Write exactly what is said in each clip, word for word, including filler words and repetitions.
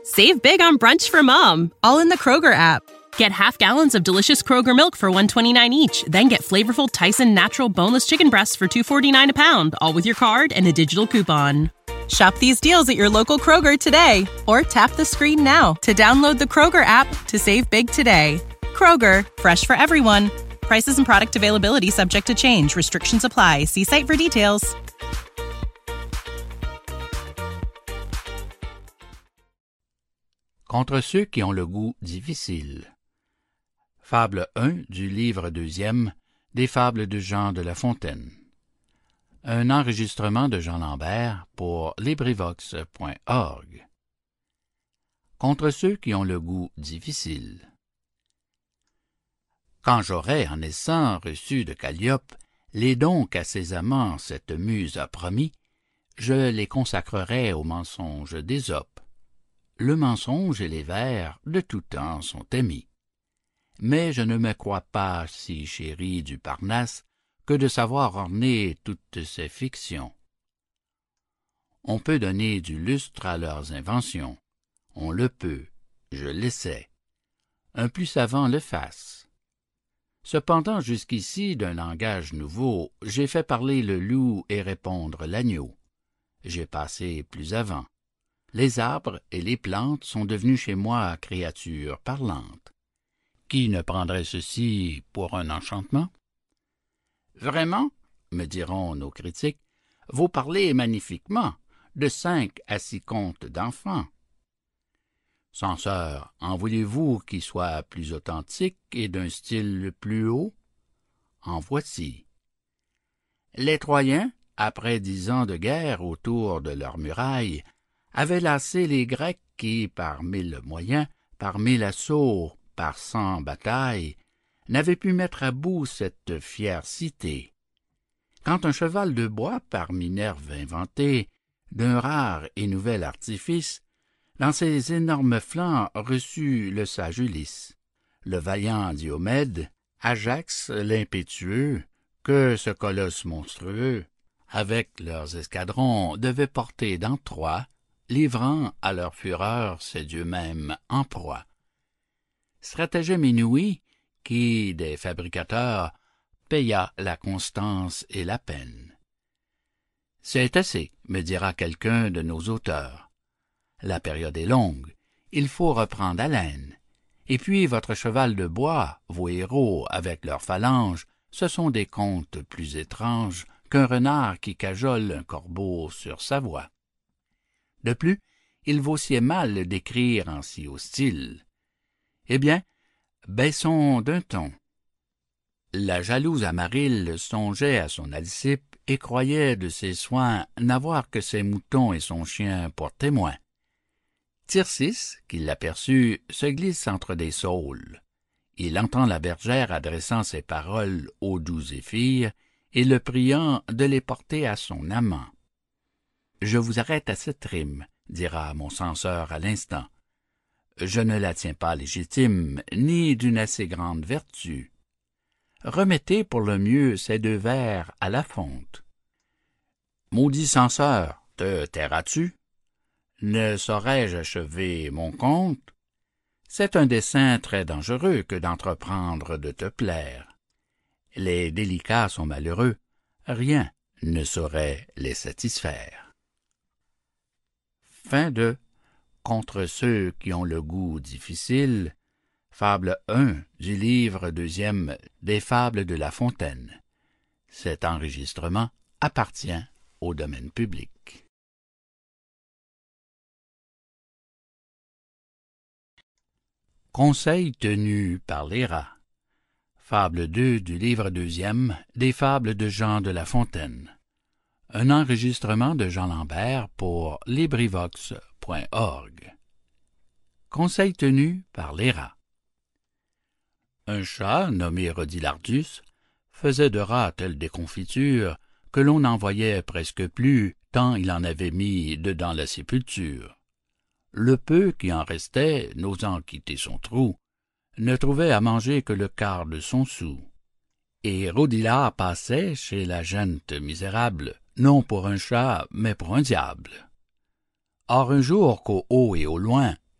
Save big on brunch for mom, all in the Kroger app. Get half gallons of delicious Kroger milk for one dollar and twenty-nine cents each. Then get flavorful Tyson natural boneless chicken breasts for two dollars and forty-nine cents a pound, all with your card and a digital coupon. Shop these deals at your local Kroger today, or tap the screen now to download the Kroger app to save big today. Kroger, fresh for everyone. Prices and product availability subject to change. Restrictions apply. See site for details. Contre ceux qui ont le goût difficile. Fable un du livre deuxième des Fables de Jean de La Fontaine. Un enregistrement de Jean Lambert pour LibriVox point org. Contre ceux qui ont le goût difficile. Quand j'aurai, en naissant, reçu de Calliope les dons qu'à ses amants cette muse a promis, je les consacrerai au mensonge d'Ésope. Le mensonge et les vers de tout temps sont amis. Mais je ne me crois pas si chéri du Parnasse que de savoir orner toutes ces fictions. On peut donner du lustre à leurs inventions. On le peut, je l'essaie. Un plus savant le fasse. Cependant, jusqu'ici, d'un langage nouveau, j'ai fait parler le loup et répondre l'agneau. J'ai passé plus avant. Les arbres et les plantes sont devenus chez moi créatures parlantes. Qui ne prendrait ceci pour un enchantement? Vraiment, me diront nos critiques, vous parlez magnifiquement, de cinq à six contes d'enfants. Censeur, en voulez-vous qui soit plus authentique et d'un style plus haut? En voici. Les Troyens, après dix ans de guerre autour de leurs murailles, avaient lassé les Grecs qui, par mille moyens, par mille assauts, par cent batailles, n'avaient pu mettre à bout cette fière cité. Quand un cheval de bois, par Minerve inventé, d'un rare et nouvel artifice, dans ses énormes flancs reçut le sage Ulysse, le vaillant Diomède, Ajax l'impétueux, que ce colosse monstrueux, avec leurs escadrons, devait porter dans Troie, livrant à leur fureur ces dieux mêmes en proie. Stratagème inouï qui, des fabricateurs, paya la constance et la peine. C'est assez, me dira quelqu'un de nos auteurs. La période est longue, il faut reprendre haleine. Et puis votre cheval de bois, vos héros avec leurs phalanges, ce sont des contes plus étranges qu'un renard qui cajole un corbeau sur sa voie. De plus, il vaut si mal d'écrire en si hostile. Eh bien, baissons d'un ton. La jalouse Amarille songeait à son Alcippe et croyait de ses soins n'avoir que ses moutons et son chien pour témoins. Tircis, qui l'aperçut, se glisse entre des saules. Il entend la bergère adressant ses paroles au doux Zéphyr et le priant de les porter à son amant. Je vous arrête à cette rime, dira mon censeur à l'instant. Je ne la tiens pas légitime, ni d'une assez grande vertu. Remettez pour le mieux ces deux vers à la fonte. Maudit censeur, te tairas-tu? Ne saurais-je achever mon conte? C'est un dessein très dangereux que d'entreprendre de te plaire. Les délicats sont malheureux, rien ne saurait les satisfaire. Fin de Contre ceux qui ont le goût difficile, Fable un du livre deuxième des Fables de La Fontaine. Cet enregistrement appartient au domaine public. Conseil tenu par les rats. Fable deux du livre deuxième des Fables de Jean de La Fontaine. Un enregistrement de Jean Lambert pour LibriVox point org. Conseil tenu par les rats. Un chat, nommé Rodilardus, faisait de rats telle des confitures que l'on n'en voyait presque plus, tant il en avait mis dedans la sépulture. Le peu qui en restait, n'osant quitter son trou, ne trouvait à manger que le quart de son sou. Et Rodilard passait chez la gente misérable, non pour un chat, mais pour un diable. Or un jour qu'au haut et au loin,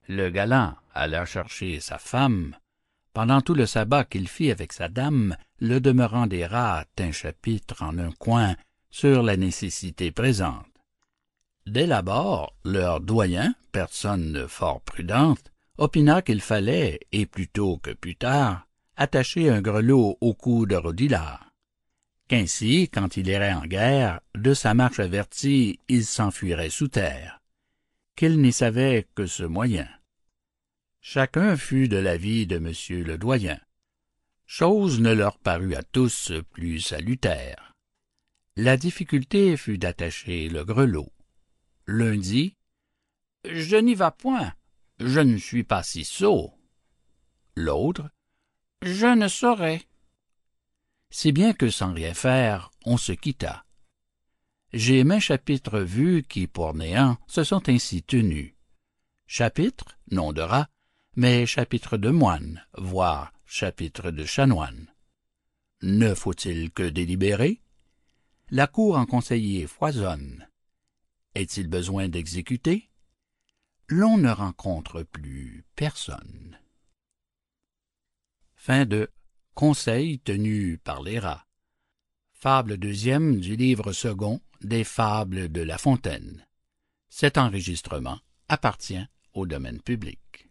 le galant alla chercher sa femme. Pendant tout le sabbat qu'il fit avec sa dame, le demeurant des rats tint chapitre en un coin sur la nécessité présente. Dès l'abord, leur doyen, personne fort prudente, opina qu'il fallait, et plus tôt que plus tard, attacher un grelot au cou de Rodilard, qu'ainsi, quand il irait en guerre, de sa marche avertie, il s'enfuirait sous terre, qu'il n'y savait que ce moyen. Chacun fut de l'avis de monsieur le doyen. Chose ne leur parut à tous plus salutaire. La difficulté fut d'attacher le grelot. L'un dit « Je n'y vas point, je ne suis pas si sot. » L'autre « Je ne saurais. » Si bien que sans rien faire, on se quitta. J'ai maints chapitres vus qui, pour néant, se sont ainsi tenus. Chapitre, nom de rat, mais chapitre de moine, voire chapitre de chanoine. Ne faut-il que délibérer? La cour en conseillers foisonne. Est-il besoin d'exécuter? L'on ne rencontre plus personne. Fin de Conseil tenu par les rats. Fable deuxième du livre second des Fables de La Fontaine. Cet enregistrement appartient au domaine public.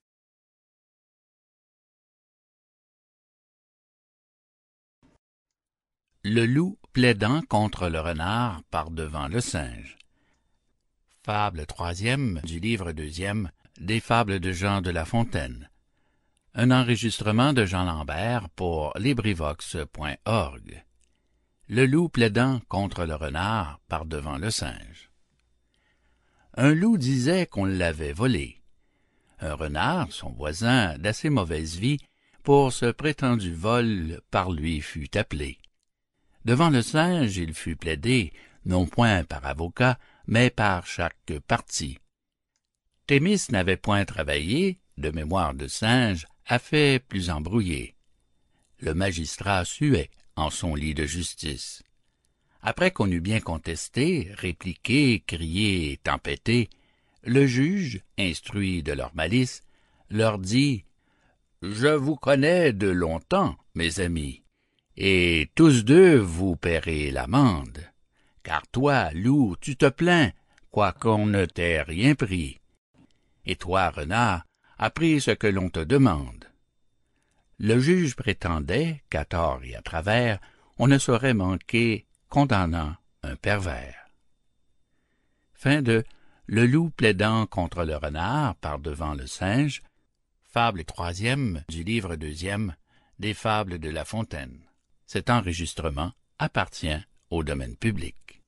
Le loup plaidant contre le renard par devant le singe. Fable troisième du livre deuxième des Fables de Jean de La Fontaine. Un enregistrement de Jean Lambert pour LibriVox point org. Le loup plaidant contre le renard par devant le singe. Un loup disait qu'on l'avait volé. Un renard, son voisin, d'assez mauvaise vie, pour ce prétendu vol par lui fut appelé. Devant le singe, il fut plaidé, non point par avocat, mais par chaque partie. Thémis n'avait point travaillé, de mémoire de singe, a fait plus embrouillé. Le magistrat suait en son lit de justice. Après qu'on eut bien contesté, répliqué, crié, tempêté, le juge, instruit de leur malice, leur dit « Je vous connais de longtemps, mes amis, et tous deux vous paierez l'amende, car toi, loup, tu te plains, quoiqu'on ne t'ait rien pris, et toi, renard, as pris ce que l'on te demande. » Le juge prétendait qu'à tort et à travers, on ne saurait manquer condamnant un pervers. Fin de Le loup plaidant contre le renard par devant le singe, fable troisième du livre deuxième des Fables de La Fontaine. Cet enregistrement appartient au domaine public.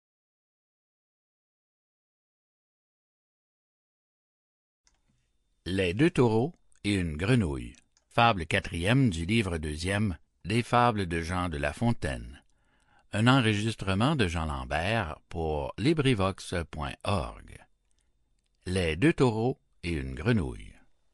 Les deux taureaux et une grenouille. Fable quatrième du livre deuxième des Fables de Jean de La Fontaine. Un enregistrement de Jean Lambert pour LibriVox point org. Les deux taureaux et une grenouille.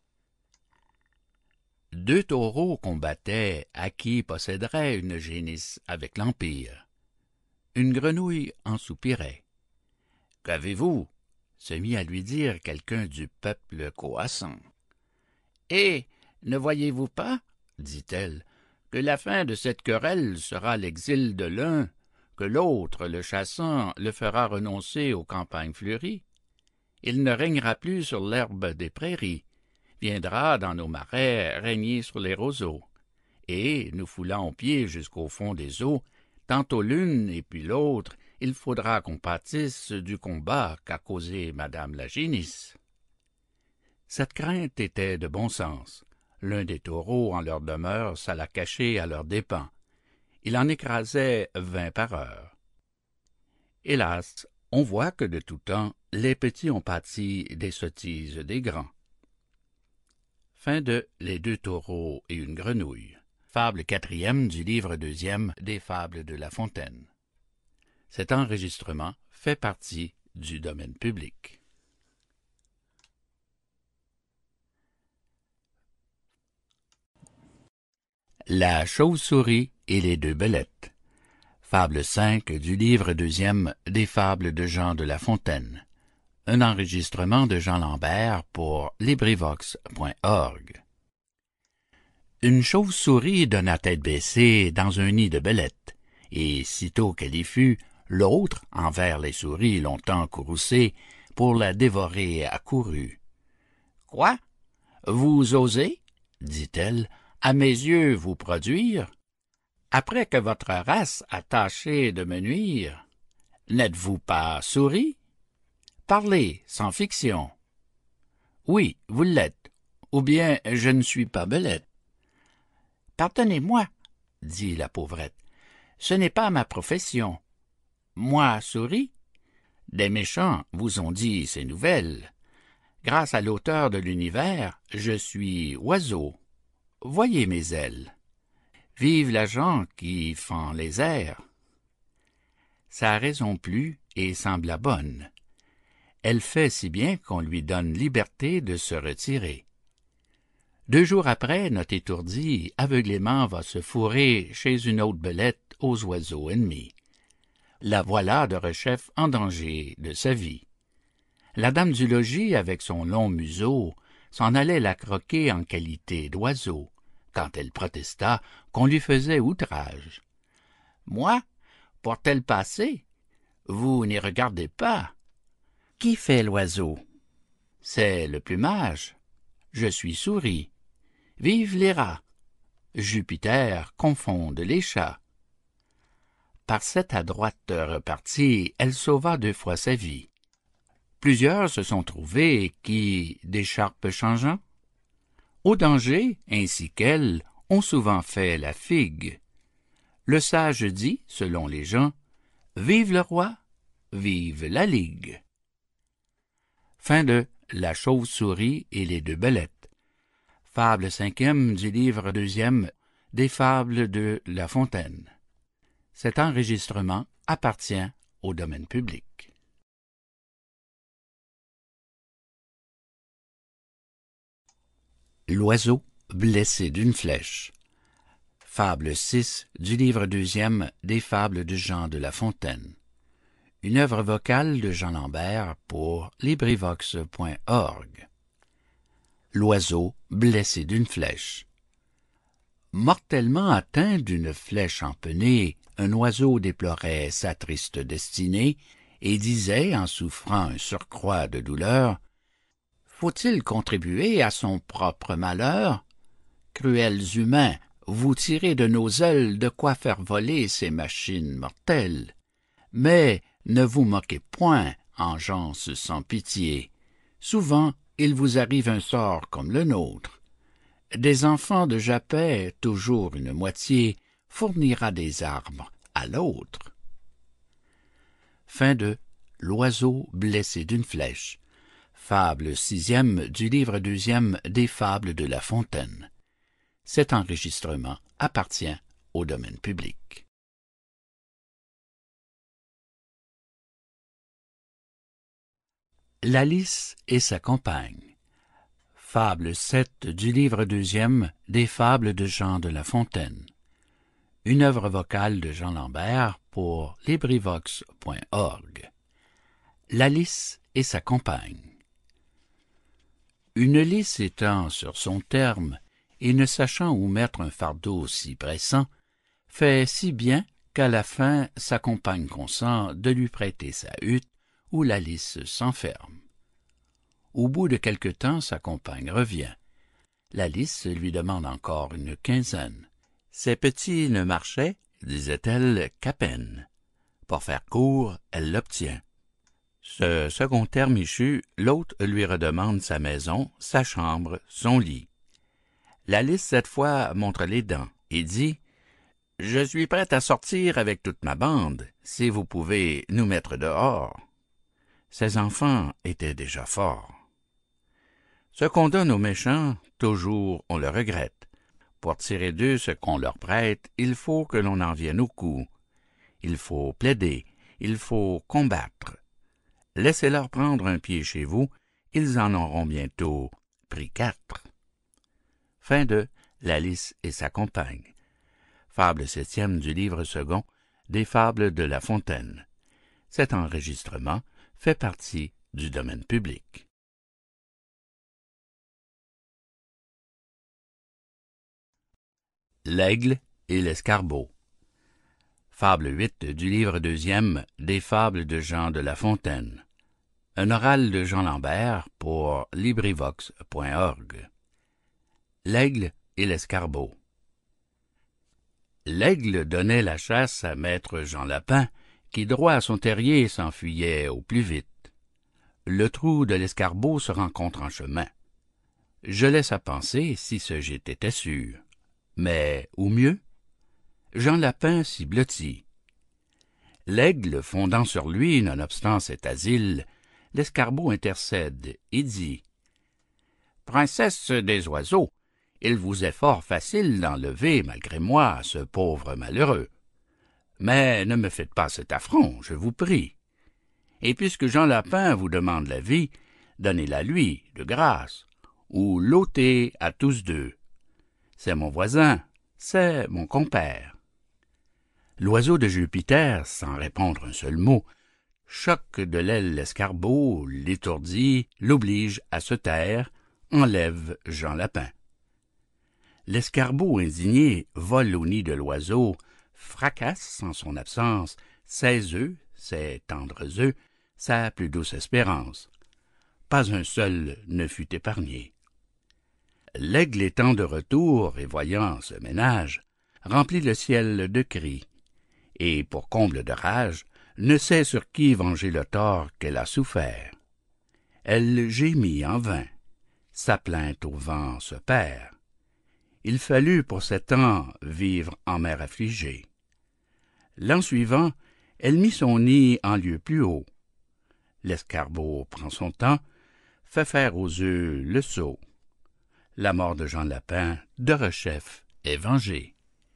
Deux taureaux combattaient à qui posséderait une génisse avec l'Empire. Une grenouille en soupirait. « Qu'avez-vous » se mit à lui dire quelqu'un du peuple coassant. « Et ne voyez-vous pas, dit-elle, que la fin de cette querelle sera l'exil de l'un, que l'autre, le chassant, le fera renoncer aux campagnes fleuries? Il ne régnera plus sur l'herbe des prairies, viendra dans nos marais régner sur les roseaux, et, nous foulant aux pieds jusqu'au fond des eaux, tantôt l'une et puis l'autre, il faudra qu'on pâtisse du combat qu'a causé madame la génisse. » Cette crainte était de bon sens. L'un des taureaux en leur demeure s'alla cacher à leurs dépens. Il en écrasait vingt par heure. Hélas, on voit que de tout temps, les petits ont pâti des sottises des grands. Fin de Les deux taureaux et une grenouille. Fable quatrième du livre deuxième des Fables de La Fontaine. Cet enregistrement fait partie du domaine public. La chauve-souris et les deux belettes. Fable cinq du livre deuxième des Fables de Jean de La Fontaine. Un enregistrement de Jean Lambert pour LibriVox point org. Une chauve-souris donna tête baissée dans un nid de belette, et sitôt qu'elle y fut, l'autre, envers les souris longtemps courroucées, pour la dévorer accourut. « Quoi? Vous osez, dit-elle, à mes yeux vous produire? Après que votre race a tâché de me nuire, n'êtes-vous pas souris? Parlez sans fiction. Oui, vous l'êtes, ou bien je ne suis pas belette. Pardonnez-moi, dit la pauvrette, ce n'est pas ma profession. Moi, souris? Des méchants vous ont dit ces nouvelles. Grâce à l'auteur de l'univers, je suis oiseau. Voyez mes ailes. Vive l'agent qui fend les airs. Sa raison plut et sembla bonne. Elle fait si bien qu'on lui donne liberté de se retirer. Deux jours après, notre étourdi aveuglément va se fourrer chez une autre belette aux oiseaux ennemis. La voilà de rechef en danger de sa vie. La dame du logis, avec son long museau, s'en allait la croquer en qualité d'oiseau, quand elle protesta qu'on lui faisait outrage. « Moi, pour tel passé, vous n'y regardez pas. » Qui fait l'oiseau? C'est le plumage. Je suis souris. Vive les rats. Jupiter confonde les chats. Par cette adroite repartie, elle sauva deux fois sa vie. Plusieurs se sont trouvés qui, d'écharpe changeant, au danger, ainsi qu'elle, ont souvent fait la figue. Le sage dit, selon les gens, vive le roi, vive la ligue. Fin de La chauve-souris et les deux belettes. Fable cinquième du livre deuxième des Fables de La Fontaine. Cet enregistrement appartient au domaine public. L'oiseau blessé d'une flèche. Fable six du livre deuxième des Fables de Jean de La Fontaine. Une œuvre vocale de Jean Lambert pour LibriVox point org. L'oiseau blessé d'une flèche. Mortellement atteint d'une flèche empennée, un oiseau déplorait sa triste destinée et disait, en souffrant un surcroît de douleur, « Faut-il contribuer à son propre malheur? Cruels humains, vous tirez de nos ailes de quoi faire voler ces machines mortelles. Mais ne vous moquez point, engeance sans pitié. Souvent, il vous arrive un sort comme le nôtre. Des enfants de Japet, toujours une moitié, fournira des arbres à l'autre. » Fin de L'oiseau blessé d'une flèche. Fable sixième du livre deuxième des Fables de La Fontaine. Cet enregistrement appartient au domaine public. La lys et sa compagne. Fable sept du livre deuxième des Fables de Jean de La Fontaine. Une œuvre vocale de Jean Lambert pour LibriVox point org. La lys et sa compagne. Une lys étant sur son terme et ne sachant où mettre un fardeau si pressant, fait si bien qu'à la fin sa compagne consent de lui prêter sa hutte où la lys s'enferme. Au bout de quelque temps, sa compagne revient. La lys lui demande encore une quinzaine. Ses petits ne marchaient, disait-elle, qu'à peine. Pour faire court, elle l'obtient. Ce second terme échu, l'hôte lui redemande sa maison, sa chambre, son lit. La lys, cette fois, montre les dents et dit « Je suis prête à sortir avec toute ma bande, si vous pouvez nous mettre dehors. » Ses enfants étaient déjà forts. Ce qu'on donne aux méchants, toujours on le regrette. Pour tirer d'eux ce qu'on leur prête, il faut que l'on en vienne au coup. Il faut plaider, il faut combattre. Laissez-leur prendre un pied chez vous, ils en auront bientôt pris quatre. Fin de La lys et sa compagne. Fable septième du livre second des Fables de La Fontaine. Cet enregistrement fait partie du domaine public. L'aigle et l'escarbot. Fable huit du livre deuxième des Fables de Jean de La Fontaine. Un oral de Jean Lambert pour LibriVox point org. L'aigle et l'escarbot. L'aigle donnait la chasse à maître Jean Lapin, qui droit à son terrier s'enfuyait au plus vite. Le trou de l'escarbot se rencontre en chemin. Je laisse à penser si ce gîte était sûr. Mais, ou mieux, Jean Lapin s'y blottit. L'aigle fondant sur lui, nonobstant cet asile, l'escarbot intercède et dit « Princesse des oiseaux, il vous est fort facile d'enlever, malgré moi, ce pauvre malheureux. Mais ne me faites pas cet affront, je vous prie. Et puisque Jean Lapin vous demande la vie, donnez-la lui, de grâce, ou l'ôtez à tous deux. C'est mon voisin, c'est mon compère. » L'oiseau de Jupiter, sans répondre un seul mot, choque de l'aile l'escarbot, l'étourdit, l'oblige à se taire, enlève Jean Lapin. L'escarbot indigné vole au nid de l'oiseau, fracasse en son absence ses œufs, ses tendres œufs, sa plus douce espérance. Pas un seul ne fut épargné. L'aigle étant de retour et voyant ce ménage, remplit le ciel de cris, et pour comble de rage, ne sait sur qui venger le tort qu'elle a souffert. Elle gémit en vain, sa plainte au vent se perd. Il fallut pour sept ans vivre en mer affligée. L'an suivant, elle mit son nid en lieu plus haut. L'escarbot prend son temps, fait faire aux œufs le sot. La mort de Jean Lapin, de rechef, est vengée.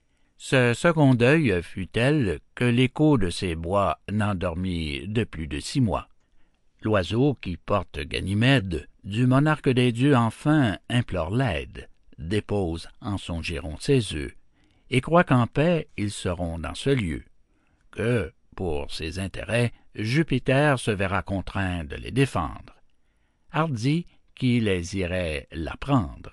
Ce second deuil fut tel que l'écho de ces bois n'endormit de plus de six mois. L'oiseau qui porte Ganymède, du monarque des dieux enfin implore l'aide, dépose en son giron ses œufs, et croit qu'en paix ils seront dans ce lieu, que, pour ses intérêts, Jupiter se verra contraint de les défendre. Hardi qui les irait l'apprendre.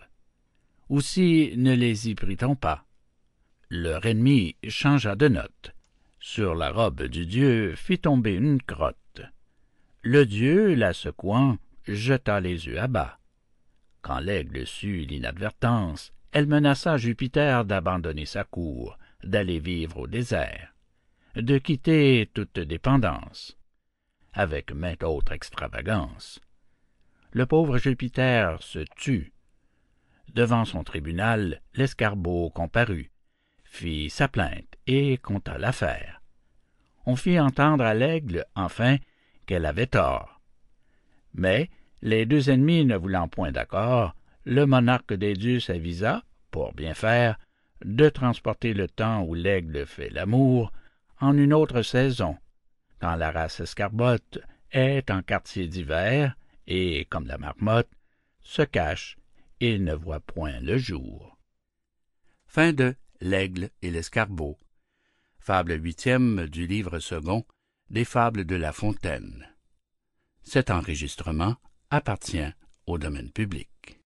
Aussi ne les y prit-on pas. Leur ennemi changea de note. Sur la robe du dieu fit tomber une crotte. Le dieu, la secouant, jeta les œufs à bas. Quand l'aigle sut l'inadvertance, elle menaça Jupiter d'abandonner sa cour, d'aller vivre au désert, de quitter toute dépendance, avec mainte autre extravagance. Le pauvre Jupiter se tut. Devant son tribunal, l'escarbot comparut, fit sa plainte et conta l'affaire. On fit entendre à l'aigle, enfin, qu'elle avait tort. Mais, les deux ennemis ne voulant point d'accord, le monarque des dieux s'avisa, pour bien faire, de transporter le temps où l'aigle fait l'amour en une autre saison, quand la race escarbotte est en quartier d'hiver et, comme la marmotte, se cache et ne voit point le jour. Fin de L'aigle et l'escarbot. Fable huitième du livre second des Fables de La Fontaine. Cet enregistrement appartient au domaine public.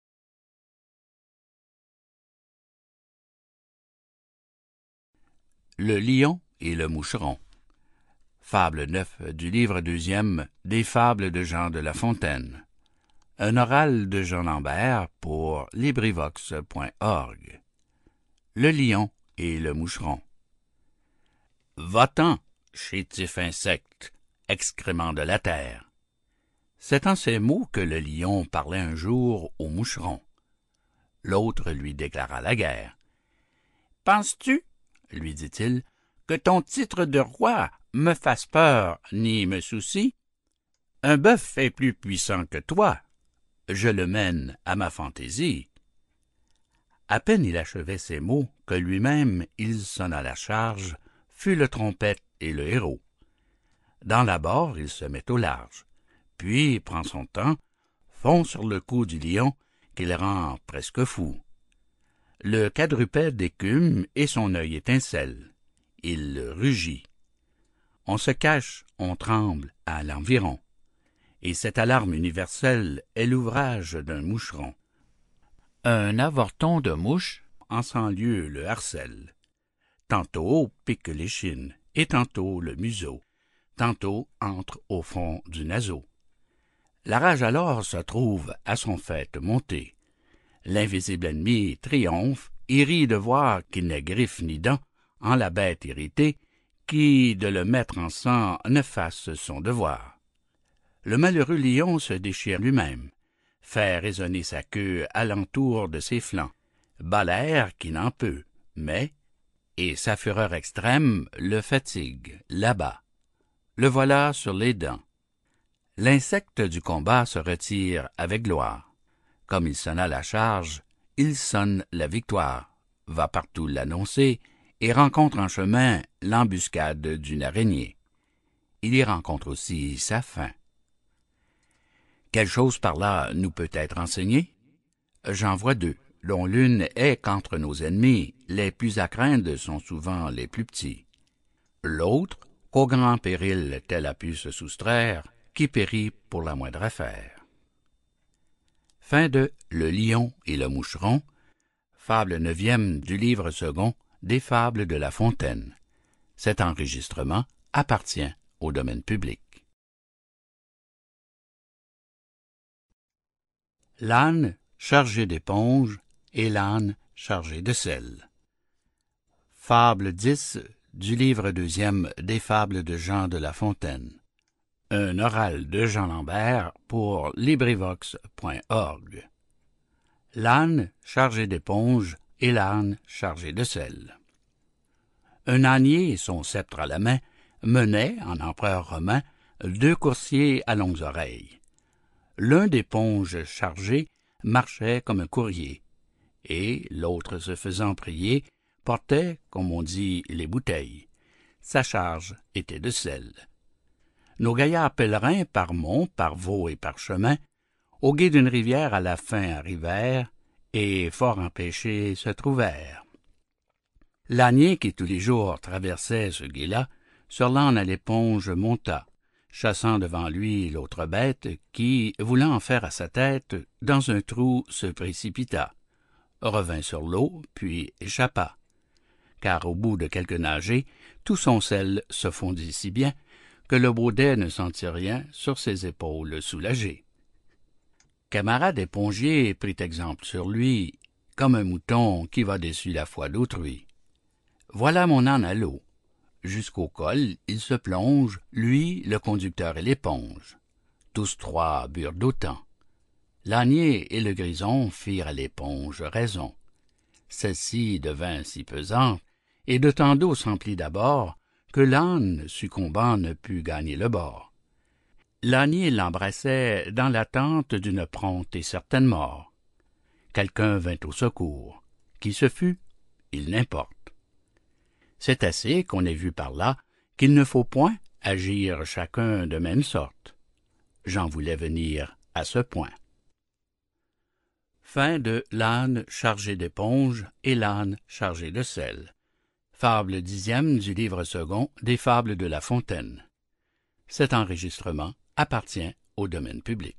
Le lion et le moucheron. Fable neuf du livre deuxième des Fables de Jean de La Fontaine. Un oral de Jean Lambert pour LibriVox point org. Le lion et le moucheron. Va-t'en, chétif insecte, excrément de la terre. C'est en ces mots que le lion parlait un jour au moucheron. L'autre lui déclara la guerre. « Penses-tu, lui dit-il, que ton titre de roi me fasse peur ni me soucie? Un bœuf est plus puissant que toi. Je le mène à ma fantaisie. » À peine il achevait ces mots que lui-même il sonna la charge, fut le trompette et le héros. Dans l'abord il se met au large, puis prend son temps, fond sur le cou du lion qu'il rend presque fou. Le quadrupède écume et son œil étincelle. Il rugit. On se cache, on tremble à l'environ. et cette alarme universelle est l'ouvrage d'un moucheron. Un avorton de mouche en cent lieues le harcèle. Tantôt pique l'échine, et tantôt le museau, tantôt entre au fond du naseau. La rage alors se trouve à son faîte montée. L'invisible ennemi triomphe et rit de voir qu'il n'est griffe ni dent en la bête irritée, qui, de le mettre en sang, ne fasse son devoir. Le malheureux lion se déchire lui-même, fait résonner sa queue alentour de ses flancs, bat l'air qui n'en peut, mais, et sa fureur extrême le fatigue, l'abat. Le voilà sur les dents. L'insecte du combat se retire avec gloire. Comme il sonna la charge, il sonne la victoire, va partout l'annoncer, et rencontre en chemin l'embuscade d'une araignée. Il y rencontre aussi sa fin. Quelle chose par là nous peut être enseignée? J'en vois deux, dont l'une est qu'entre nos ennemis, les plus à craindre sont souvent les plus petits. L'autre, qu'au grand péril tel a pu se soustraire, qui périt pour la moindre affaire. Fin de Le lion et le moucheron, fable neuvième du livre second des Fables de La Fontaine. Cet enregistrement appartient au domaine public. L'âne chargé d'éponge et l'âne chargé de sel. Fable dix du livre deuxième des Fables de Jean de La Fontaine. Un oral de Jean Lambert pour LibriVox point org. L'âne chargé d'éponge et l'âne chargé de sel. Un ânier, son sceptre à la main, menait, en empereur romain, deux coursiers à longues oreilles. L'un d'éponge chargé marchait comme un courrier, et l'autre, se faisant prier, portait, comme on dit, les bouteilles. Sa charge était de sel. Nos gaillards pèlerins, par monts, par vaux et par chemins, au gué d'une rivière à la fin arrivèrent, et fort empêchés se trouvèrent. L'ânier qui tous les jours traversait ce gué-là, sur l'âne à l'éponge monta, chassant devant lui l'autre bête qui, voulant en faire à sa tête, dans un trou se précipita, revint sur l'eau, puis échappa. Car au bout de quelques nagées, tout son sel se fondit si bien que le baudet ne sentit rien sur ses épaules soulagées. Camarade épongier prit exemple sur lui, comme un mouton qui va dessus la foi d'autrui. Voilà mon âne à l'eau. Jusqu'au col, il se plonge, lui, le conducteur et l'éponge. Tous trois burent d'autant. L'ânier et le grison firent à l'éponge raison. Celle-ci devint si pesante, et de tant d'eau s'emplit d'abord, que l'âne, succombant, ne put gagner le bord. L'ânier l'embrassait dans l'attente d'une prompte et certaine mort. Quelqu'un vint au secours. Qui ce fut? Il n'importe. C'est assez qu'on ait vu par là qu'il ne faut point agir chacun de même sorte. J'en voulais venir à ce point. Fin de L'âne chargé d'éponge et l'âne chargé de sel. Fable dixième du livre second des Fables de La Fontaine. Cet enregistrement appartient au domaine public.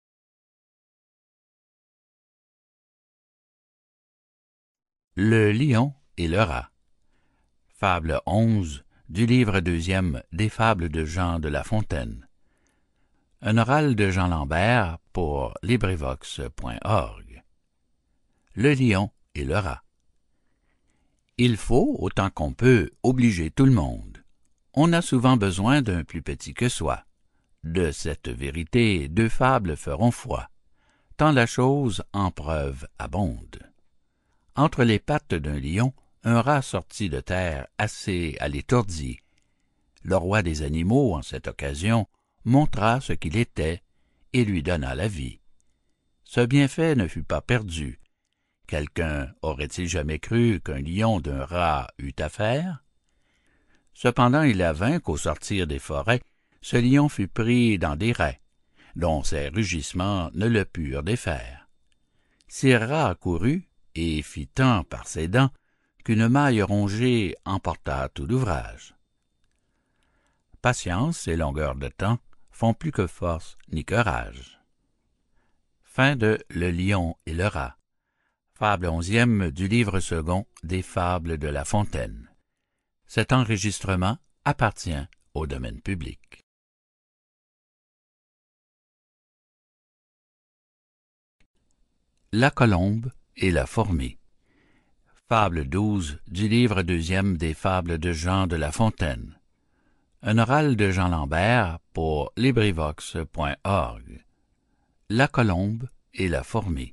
Le lion et le rat. Fable onze du livre deuxième des Fables de Jean de La Fontaine. Un oral de Jean Lambert pour LibriVox point org. Le lion et le rat. Il faut, autant qu'on peut, obliger tout le monde. On a souvent besoin d'un plus petit que soi. De cette vérité, deux fables feront foi, tant la chose en preuve abonde. Entre les pattes d'un lion, un rat sortit de terre assez à l'étourdi. Le roi des animaux, en cette occasion, montra ce qu'il était et lui donna la vie. Ce bienfait ne fut pas perdu. Quelqu'un aurait-il jamais cru qu'un lion d'un rat eût affaire? Cependant il avint qu'au sortir des forêts, ce lion fut pris dans des rets, dont ses rugissements ne le purent défaire. Sire Rat accourut et fit tant par ses dents qu'une maille rongée emporta tout l'ouvrage. Patience et longueur de temps font plus que force ni que rage. Fin de Le lion et le rat. Fable onzième du livre second des Fables de La Fontaine. Cet enregistrement appartient au domaine public. La colombe et la fourmi. Fable douze du livre deuxième des Fables de Jean de La Fontaine. Un oral de Jean Lambert pour LibriVox point org. La colombe et la fourmi.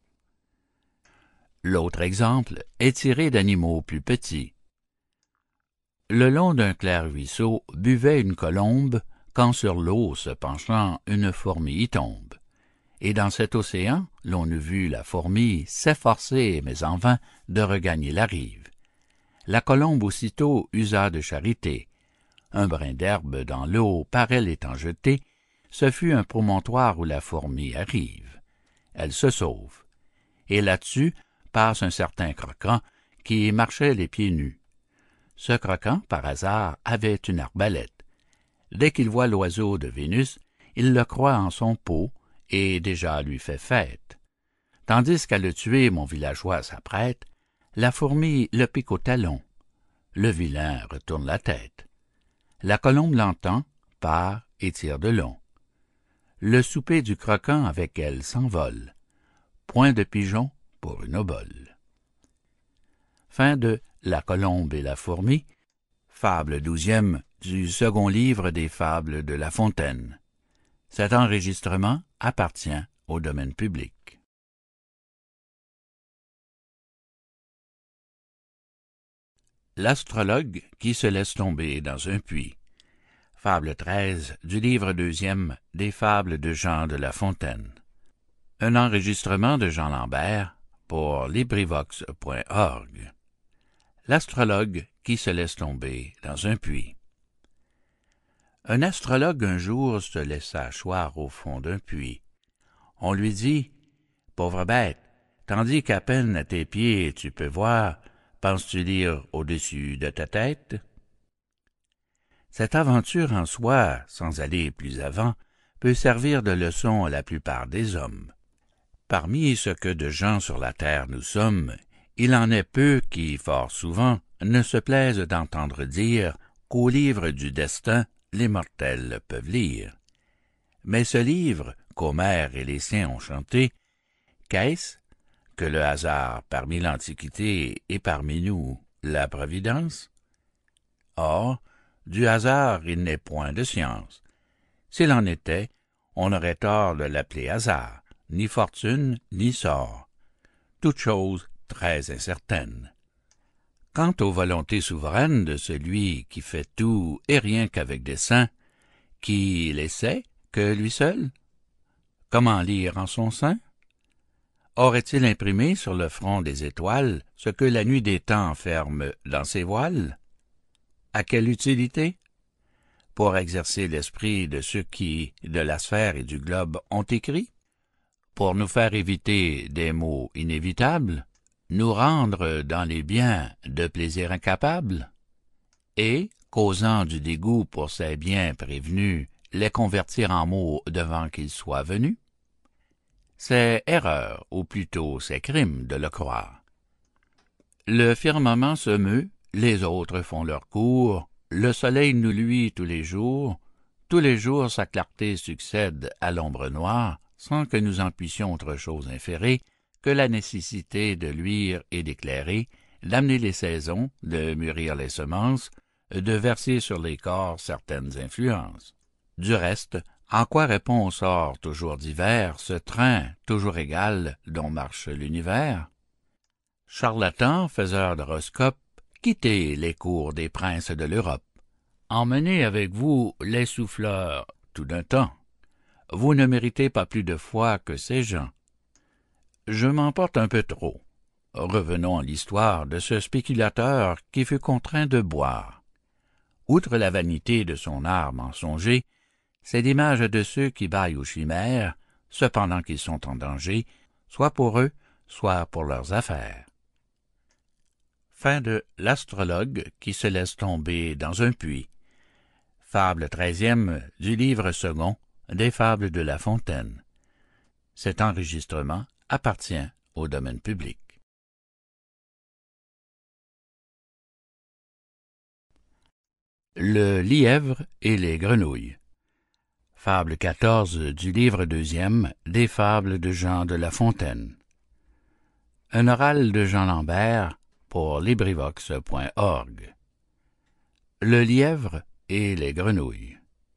L'autre exemple est tiré d'animaux plus petits. Le long d'un clair ruisseau buvait une colombe, quand sur l'eau se penchant une fourmi y tombe. Et dans cet océan, l'on eût vu la fourmi s'efforcer, mais en vain, de regagner la rive. La colombe aussitôt usa de charité. Un brin d'herbe dans l'eau par elle étant jeté, ce fut un promontoire où la fourmi arrive. Elle se sauve. Et là-dessus passe un certain croquant qui marchait les pieds nus. Ce croquant, par hasard, avait une arbalète. Dès qu'il voit l'oiseau de Vénus, il le croit en son pot et déjà lui fait fête. Tandis qu'à le tuer mon villageois s'apprête, la fourmi le pique au talon. Le vilain retourne la tête. La colombe l'entend, part et tire de long. Le souper du croquant avec elle s'envole. Point de pigeon pour une obole. Fin de La colombe et la fourmi, fable douzième du second livre des Fables de La Fontaine. Cet enregistrement appartient au domaine public. L'astrologue qui se laisse tomber dans un puits. Fable treize du livre deuxième des Fables de Jean de La Fontaine. Un enregistrement de Jean Lambert pour LibriVox point org. L'astrologue qui se laisse tomber dans un puits. Un astrologue un jour se laissa choir au fond d'un puits. On lui dit « Pauvre bête, tandis qu'à peine à tes pieds tu peux voir, penses-tu lire au-dessus de ta tête? » Cette aventure en soi, sans aller plus avant, peut servir de leçon à la plupart des hommes. Parmi ce que de gens sur la terre nous sommes, il en est peu qui, fort souvent, ne se plaisent d'entendre dire qu'au livre du destin, les mortels peuvent lire. Mais ce livre qu'Homère et les siens ont chanté, qu'est-ce que le hasard parmi l'Antiquité et parmi nous la Providence? Or, du hasard il n'est point de science. S'il en était, on aurait tort de l'appeler hasard, ni fortune, ni sort. Toute chose très incertaine. Quant aux volontés souveraines de celui qui fait tout et rien qu'avec dessein, qui les sait que lui seul? Comment lire en son sein? Aurait-il imprimé sur le front des étoiles ce que la nuit des temps enferme dans ses voiles? À quelle utilité? Pour exercer l'esprit de ceux qui, de la sphère et du globe, ont écrit? Pour nous faire éviter des maux inévitables? Nous rendre dans les biens de plaisirs incapables? Et, causant du dégoût pour ces biens prévenus, les convertir en maux devant qu'ils soient venus? C'est erreur, ou plutôt c'est crime de le croire. Le firmament se meut, les autres font leur cours, le soleil nous luit tous les jours, tous les jours sa clarté succède à l'ombre noire, sans que nous en puissions autre chose inférer que la nécessité de luire et d'éclairer, d'amener les saisons, de mûrir les semences, de verser sur les corps certaines influences. Du reste, en quoi répond au sort toujours divers ce train toujours égal dont marche l'univers? Charlatans, faiseurs d'horoscopes, quittez les cours des princes de l'Europe. Emmenez avec vous les souffleurs tout d'un temps. Vous ne méritez pas plus de foi que ces gens. Je m'emporte un peu trop. Revenons à l'histoire de ce spéculateur qui fut contraint de boire. Outre la vanité de son art mensonger, c'est l'image de ceux qui baillent aux chimères, cependant qu'ils sont en danger, soit pour eux, soit pour leurs affaires. Fin de L'astrologue qui se laisse tomber dans un puits. Fable treizième du livre second des Fables de La Fontaine. Cet enregistrement appartient au domaine public. Le lièvre et les grenouilles. Fable quatorze du livre deuxième des Fables de Jean de La Fontaine. Un oral de Jean Lambert pour LibriVox point org. Le lièvre et les grenouilles.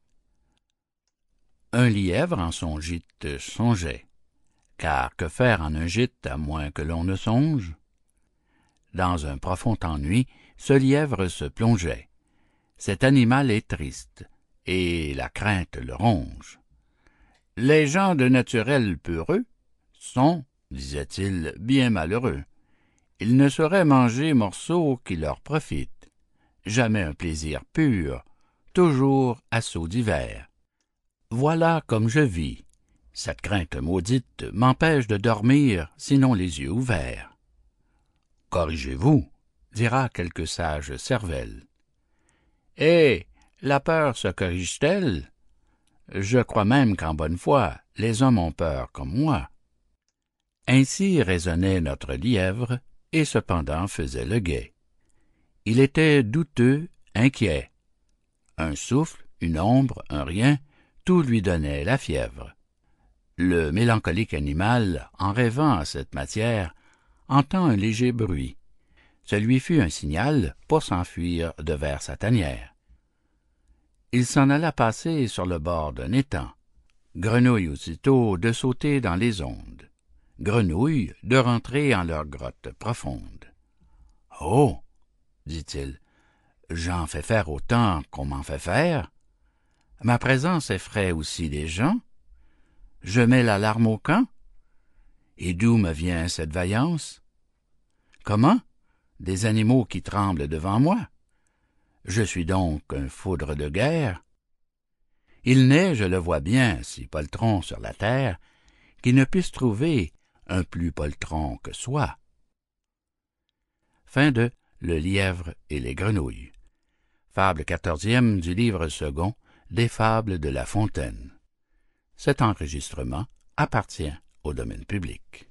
Un lièvre en son gîte songeait, car que faire en un gîte à moins que l'on ne songe? Dans un profond ennui, ce lièvre se plongeait. Cet animal est triste, et la crainte le ronge. Les gens de naturel peureux sont, disait-il, bien malheureux. Ils ne sauraient manger morceaux qui leur profitent. Jamais un plaisir pur, toujours assauts divers. Voilà comme je vis. Cette crainte maudite m'empêche de dormir, sinon les yeux ouverts. Corrigez-vous, dira quelque sage cervelle. Eh, la peur se corrige-t-elle? Je crois même qu'en bonne foi, les hommes ont peur comme moi. Ainsi raisonnait notre lièvre, et cependant faisait le guet. Il était douteux, inquiet. Un souffle, une ombre, un rien, tout lui donnait la fièvre. Le mélancolique animal, en rêvant à cette matière, entend un léger bruit. Ce lui fut un signal pour s'enfuir de vers sa tanière. Il s'en alla passer sur le bord d'un étang. Grenouille aussitôt de sauter dans les ondes. Grenouilles de rentrer en leur grotte profonde. « Oh! » dit-il, « j'en fais faire autant qu'on m'en fait faire. Ma présence effraie aussi les gens. Je mets l'alarme au camp. Et d'où me vient cette vaillance? Comment? Des animaux qui tremblent devant moi? Je suis donc un foudre de guerre. Il n'est, je le vois bien, si poltron sur la terre, qui ne puisse trouver un plus poltron que soi. » Fin de Le lièvre et les grenouilles. Fable quatorzième du livre second des Fables de La Fontaine. Cet enregistrement appartient au domaine public.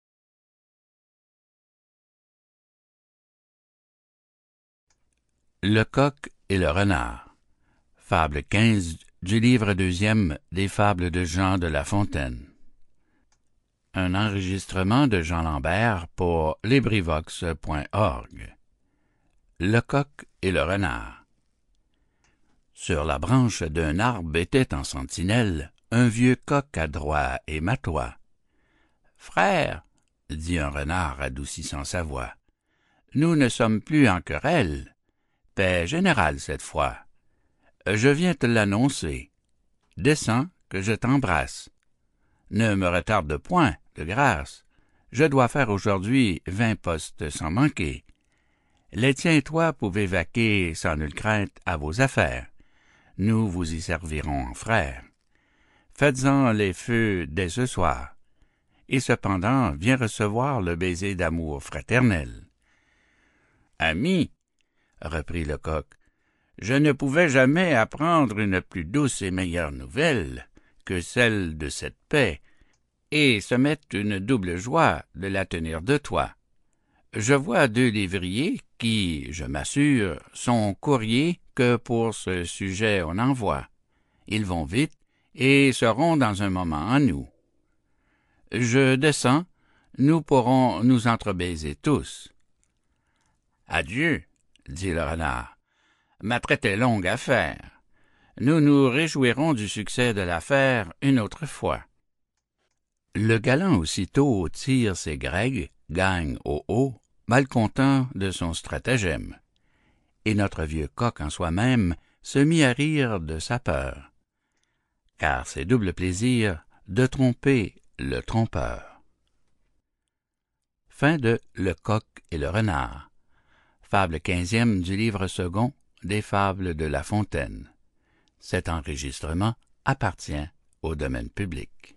Le coq et le renard. Fable quinze du livre deuxième des Fables de Jean de La Fontaine. Un enregistrement de Jean Lambert pour LibriVox point org. Le coq et le renard. Sur la branche d'un arbre était en sentinelle un vieux coq adroit et matois. « Frère, dit un renard adoucissant sa voix, nous ne sommes plus en querelle. Paix générale cette fois. Je viens te l'annoncer. Descends, que je t'embrasse. Ne me retarde point, de grâce. Je dois faire aujourd'hui vingt postes sans manquer. Les tiens et toi pouvez vaquer sans nulle crainte à vos affaires. Nous vous y servirons en frères. Faites-en les feux dès ce soir. Et cependant, viens recevoir le baiser d'amour fraternel. Ami, reprit le coq, je ne pouvais jamais apprendre une plus douce et meilleure nouvelle que celle de cette paix, et se mettre une double joie de la tenir de toi. Je vois deux lévriers qui, je m'assure, sont courriers que pour ce sujet on envoie. Ils vont vite et seront dans un moment en nous. Je descends, nous pourrons nous entrebaiser tous. Adieu, dit le renard. Ma traite est longue à faire. Nous nous réjouirons du succès de l'affaire une autre fois. Le galant aussitôt tire ses grègues, gagne au haut, mal content de son stratagème. Et notre vieux coq en soi-même se mit à rire de sa peur. Car c'est double plaisir de tromper le trompeur. Fin de Le coq et le renard. Fable quinzième du livre second des Fables de La Fontaine. Cet enregistrement appartient au domaine public.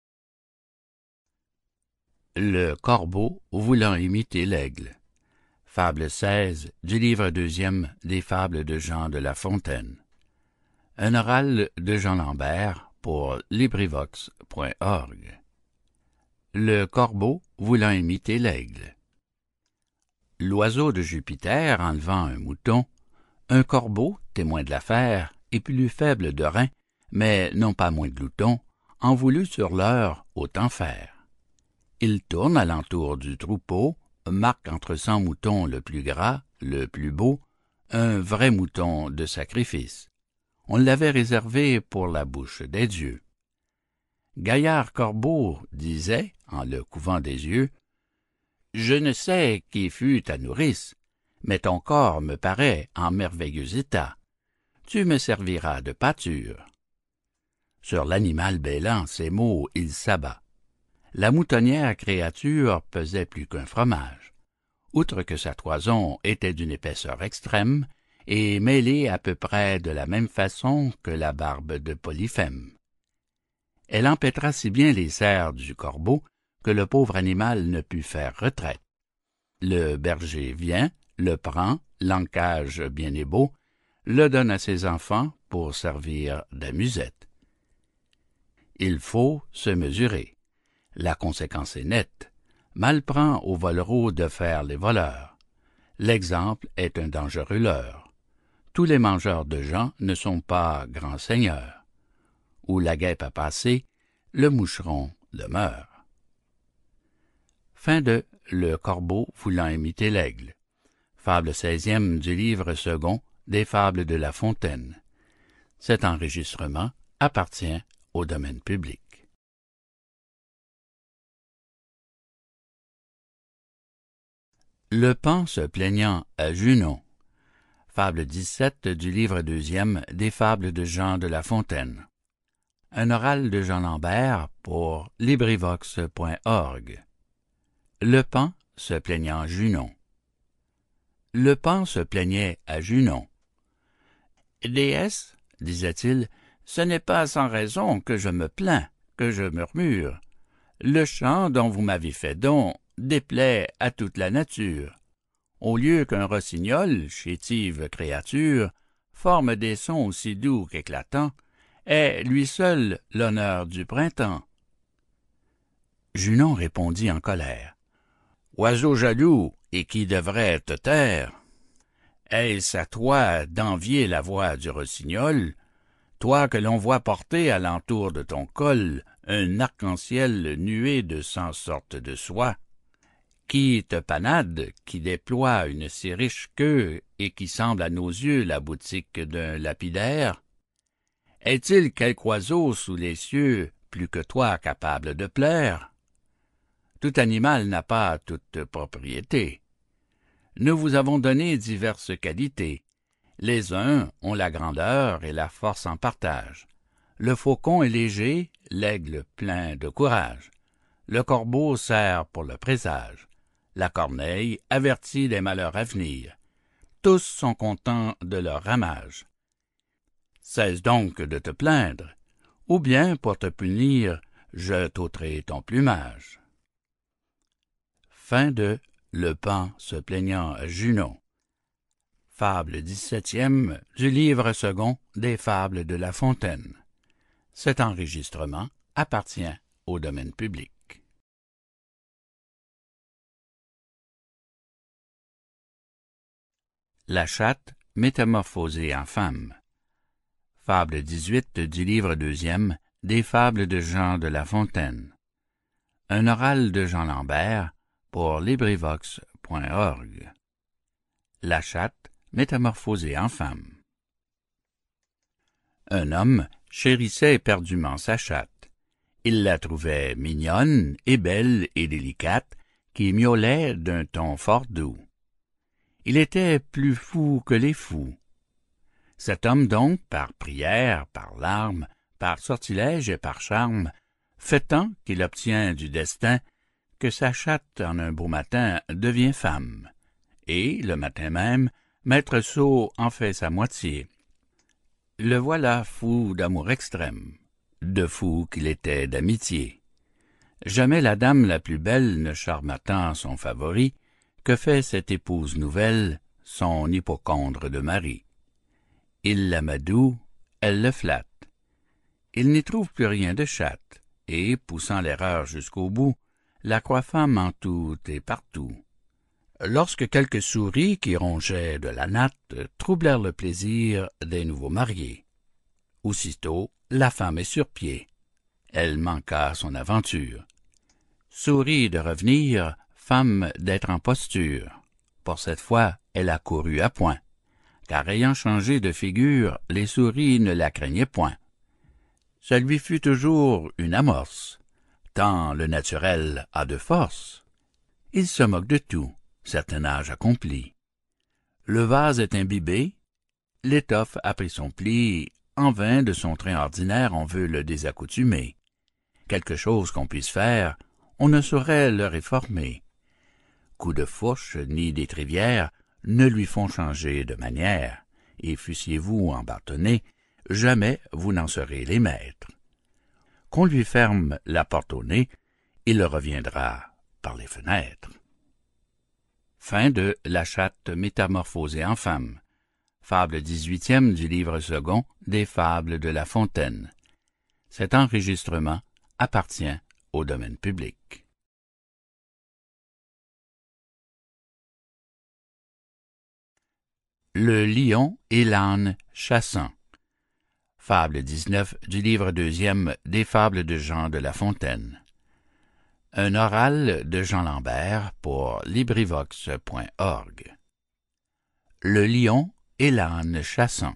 Le corbeau voulant imiter l'aigle. Fable seize du livre deuxième des Fables de Jean de La Fontaine. Un oral de Jean Lambert pour LibriVox point org. Le corbeau voulant imiter l'aigle. L'oiseau de Jupiter enlevant un mouton, un corbeau, témoin de l'affaire, et plus faible de rein, mais non pas moins glouton, en voulut sur l'heure autant faire. Il tourne alentour du troupeau, marque entre cent moutons le plus gras, le plus beau, un vrai mouton de sacrifice. On l'avait réservé pour la bouche des dieux. Gaillard Corbeau disait, en le couvant des yeux, « Je ne sais qui fut ta nourrice, mais ton corps me paraît en merveilleux état. Tu me serviras de pâture. » Sur l'animal bêlant ces mots, il s'abat. La moutonnière créature pesait plus qu'un fromage. Outre que sa toison était d'une épaisseur extrême et mêlée à peu près de la même façon que la barbe de Polyphème. Elle empêtra si bien les serres du corbeau que le pauvre animal ne put faire retraite. Le berger vient, le prend, l'encage bien et beau, le donne à ses enfants pour servir d'amusette. Il faut se mesurer. La conséquence est nette. Mal prend aux volereaux de faire les voleurs. L'exemple est un dangereux leurre. Tous les mangeurs de gens ne sont pas grands seigneurs. Où la guêpe a passé, le moucheron demeure. Fin de Le corbeau voulant imiter l'aigle. Fable seizième du livre second des Fables de La Fontaine. Cet enregistrement appartient au domaine public. Le paon se plaignant à Junon. Fable dix-sept du livre deuxième des Fables de Jean de La Fontaine. Un oral de Jean Lambert pour LibriVox point org. Le paon se plaignant à Junon. Le paon se plaignait à Junon. « Déesse, disait-il, ce n'est pas sans raison que je me plains, que je murmure. Le chant dont vous m'avez fait don déplaît à toute la nature. Au lieu qu'un rossignol, chétive créature, forme des sons aussi doux qu'éclatants, est lui seul l'honneur du printemps. » Junon répondit en colère. « Oiseau jaloux, et qui devrait te taire, est-ce à toi d'envier la voix du rossignol, toi que l'on voit porter à l'entour de ton col un arc-en-ciel nué de cent sortes de soies, qui te panade, qui déploie une si riche queue et qui semble à nos yeux la boutique d'un lapidaire? Est-il quelque oiseau sous les cieux plus que toi capable de plaire? Tout animal n'a pas toute propriété. Nous vous avons donné diverses qualités. Les uns ont la grandeur et la force en partage. Le faucon est léger, l'aigle plein de courage. Le corbeau sert pour le présage. La corneille avertit des malheurs à venir. Tous sont contents de leur ramage. Cesse donc de te plaindre, ou bien, pour te punir, je t'ôterai ton plumage. Fin de Le paon se plaignant à Junon. Fable dix-septième du livre second des Fables de La Fontaine. Cet enregistrement appartient au domaine public. La chatte métamorphosée en femme. Fable dix-huit du livre deuxième des Fables de Jean de La Fontaine. Un oral de Jean Lambert pour LibriVox point org. La chatte métamorphosée en femme. Un homme chérissait éperdument sa chatte. Il la trouvait mignonne et belle et délicate, qui miaulait d'un ton fort doux. Il était plus fou que les fous. Cet homme donc, par prière, par larmes, par sortilège et par charme, fait tant qu'il obtient du destin que sa chatte en un beau matin devient femme, et, le matin même, Maître Sot en fait sa moitié. Le voilà fou d'amour extrême, de fou qu'il était d'amitié. Jamais la dame la plus belle ne charma tant son favori Que fait cette épouse nouvelle, son hypocondre de mari? Il l'amadoue, elle le flatte. Il n'y trouve plus rien de chatte, et, poussant l'erreur jusqu'au bout, la croit femme en tout et partout. Lorsque quelques souris qui rongeaient de la natte troublèrent le plaisir des nouveaux mariés. Aussitôt, la femme est sur pied. Elle manqua son aventure. Souris de revenir, femme d'être en posture. Pour cette fois, elle a couru à point, car ayant changé de figure, les souris ne la craignaient point. Ça lui fut toujours une amorce, tant le naturel a de force. Il se moque de tout, certain âge accompli. Le vase est imbibé, l'étoffe a pris son pli, en vain de son train ordinaire on veut le désaccoutumer. Quelque chose qu'on puisse faire, on ne saurait le réformer. Coups de fourche ni d'étrivière ne lui font changer de manière, et fussiez-vous en bâtonnet, jamais vous n'en serez les maîtres. Qu'on lui ferme la porte au nez, il reviendra par les fenêtres. Fin de La chatte métamorphosée en femme. Fable dix-huitième du livre second des Fables de La Fontaine. Cet enregistrement appartient au domaine public. Le lion et l'âne chassant. Fable dix-neuf du livre deuxième des Fables de Jean de La Fontaine. Un oral de Jean Lambert pour LibriVox point org. Le lion et l'âne chassant.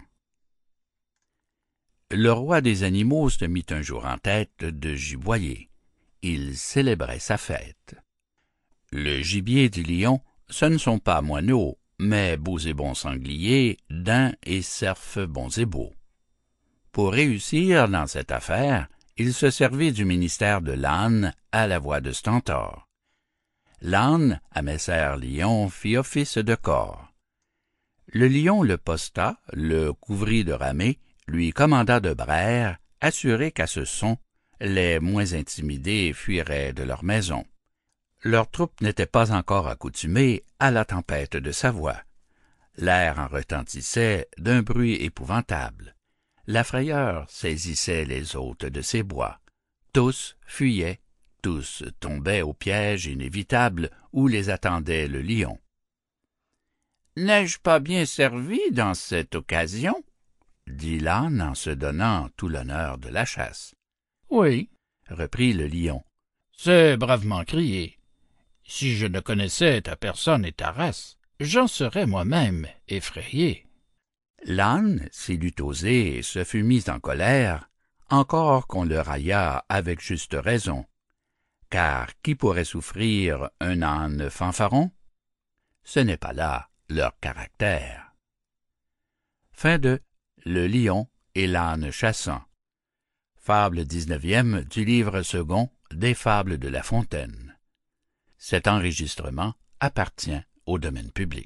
Le roi des animaux se mit un jour en tête de giboyer. Il célébrait sa fête. Le gibier du lion, ce ne sont pas moineaux, mais beaux et bons sangliers, daims et cerfs bons et beaux. Pour réussir dans cette affaire, il se servit du ministère de l'âne à la voix de Stentor. L'âne, à messer lion, fit office de cor. Le lion le posta, le couvrit de ramée, lui commanda de braire, assuré qu'à ce son, les moins intimidés fuiraient de leur maison. Leur troupe n'était pas encore accoutumée à la tempête de sa voix. L'air en retentissait d'un bruit épouvantable. La frayeur saisissait les hôtes de ces bois. Tous fuyaient, tous tombaient au piège inévitable où les attendait le lion. « N'ai-je pas bien servi dans cette occasion? » dit l'âne en se donnant tout l'honneur de la chasse. « Oui, » reprit le lion, « c'est bravement crié. Si je ne connaissais ta personne et ta race, j'en serais moi-même effrayé. » L'âne, s'il eût osé, se fut mis en colère, encore qu'on le raillât avec juste raison. Car qui pourrait souffrir un âne fanfaron? Ce n'est pas là leur caractère. Fin de Le lion et l'âne chassant. Fable dix-neuvième du livre second des Fables de La Fontaine. Cet enregistrement appartient au domaine public.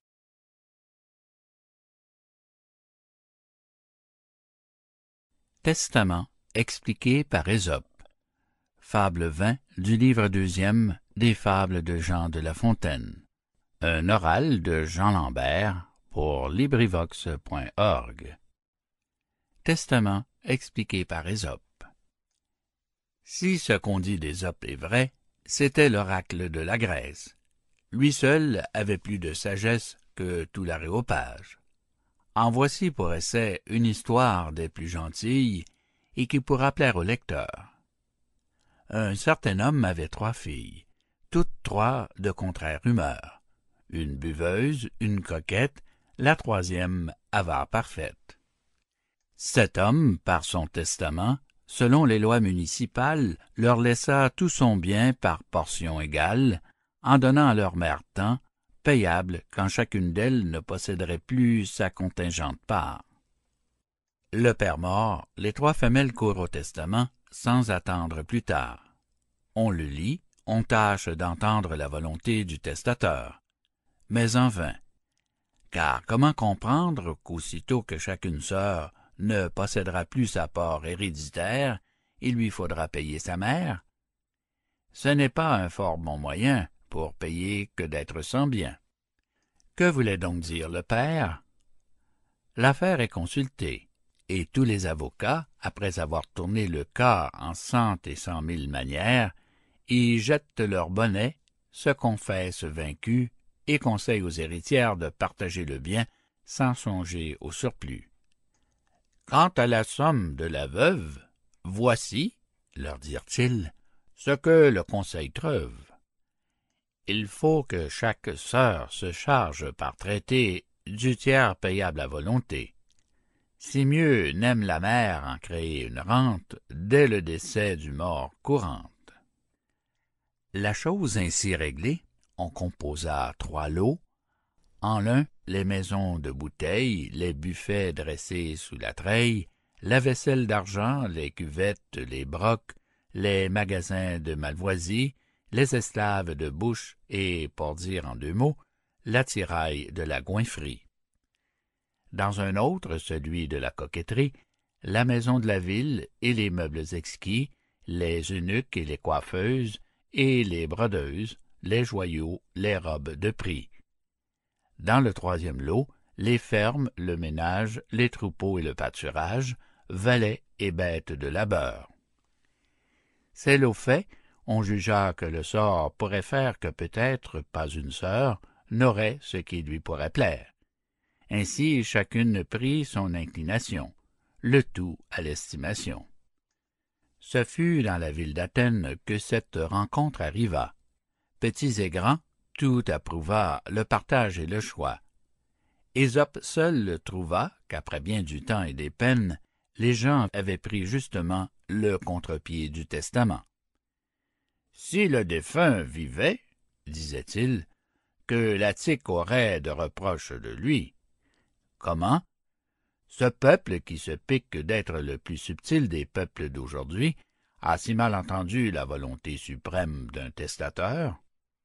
Testament expliqué par Ésope. Fable vingt du livre deuxième des Fables de Jean de La Fontaine. Un oral de Jean Lambert pour LibriVox point org. Testament expliqué par Ésope. Si ce qu'on dit d'Ésope est vrai, c'était l'oracle de la Grèce. Lui seul avait plus de sagesse que tout l'aréopage. En voici pour essai une histoire des plus gentilles et qui pourra plaire au lecteur. Un certain homme avait trois filles, toutes trois de contraire humeur, une buveuse, une coquette, la troisième avare parfaite. Cet homme, par son testament, selon les lois municipales, leur laissa tout son bien par portions égales, en donnant à leur mère tant, payable quand chacune d'elles ne posséderait plus sa contingente part. Le père mort, les trois femelles courent au testament sans attendre plus tard. On le lit, on tâche d'entendre la volonté du testateur, mais en vain. Car comment comprendre qu'aussitôt que chacune sœur ne possédera plus sa part héréditaire, il lui faudra payer sa mère? Ce n'est pas un fort bon moyen pour payer que d'être sans bien. Que voulait donc dire le père? L'affaire est consultée, et tous les avocats, après avoir tourné le cas en cent et cent mille manières, y jettent leur bonnet, se confessent vaincus et conseillent aux héritières de partager le bien sans songer au surplus. Quant à la somme de la veuve, voici, leur dirent-ils, ce que le conseil treuve. Il faut que chaque sœur se charge par traité du tiers payable à volonté. Si mieux n'aime la mère en créer une rente dès le décès du mort courante. La chose ainsi réglée, on composa trois lots. En l'un, les maisons de bouteilles, les buffets dressés sous la treille, la vaisselle d'argent, les cuvettes, les brocs, les magasins de malvoisie, les esclaves de bouche et, pour dire en deux mots, l'attirail de la goinfrerie. Dans un autre, celui de la coquetterie, la maison de la ville et les meubles exquis, les eunuques et les coiffeuses, et les brodeuses, les joyaux, les robes de prix. Dans le troisième lot, les fermes, le ménage, les troupeaux et le pâturage, valets et bêtes de labeur. Ces lots faits, on jugea que le sort pourrait faire que peut-être pas une sœur n'aurait ce qui lui pourrait plaire. Ainsi chacune prit son inclination, le tout à l'estimation. Ce fut dans la ville d'Athènes que cette rencontre arriva. Petits et grands, tout approuva le partage et le choix. Ésope seul trouva qu'après bien du temps et des peines, les gens avaient pris justement le contre-pied du testament. Si le défunt vivait, disait-il, que l'Attique aurait de reproches de lui. Comment? Ce peuple qui se pique d'être le plus subtil des peuples d'aujourd'hui a si mal entendu la volonté suprême d'un testateur?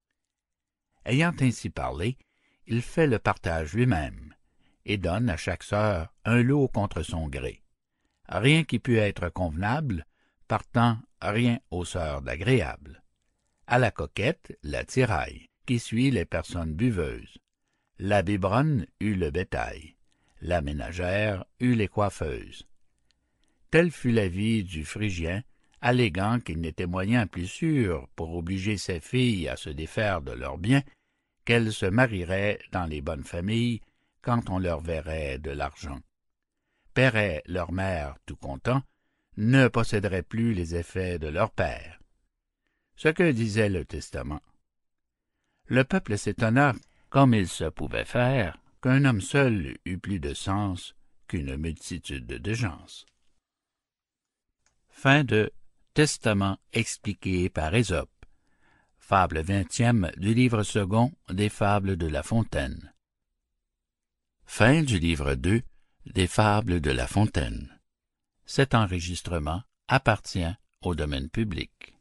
Ayant ainsi parlé, il fait le partage lui-même, et donne à chaque sœur un lot contre son gré. Rien qui pût être convenable, partant rien aux sœurs d'agréable. À la coquette, l'attirail, qui suit les personnes buveuses. La biberonne eut le bétail. La ménagère eut les coiffeuses. Telle fut l'avis du Phrygien, alléguant qu'il n'était moyen plus sûr pour obliger ses filles à se défaire de leurs biens qu'elles se marieraient dans les bonnes familles quand on leur verrait de l'argent, paieraient leur mère tout content, ne posséderaient plus les effets de leur père. Ce que disait le testament. Le peuple s'étonna, comme il se pouvait faire, qu'un homme seul eût plus de sens qu'une multitude de gens. Fin de Testament expliqué par Ésope. Fable vingtième du livre second des Fables de La Fontaine. Fin du livre deux des Fables de La Fontaine. Cet enregistrement appartient au domaine public.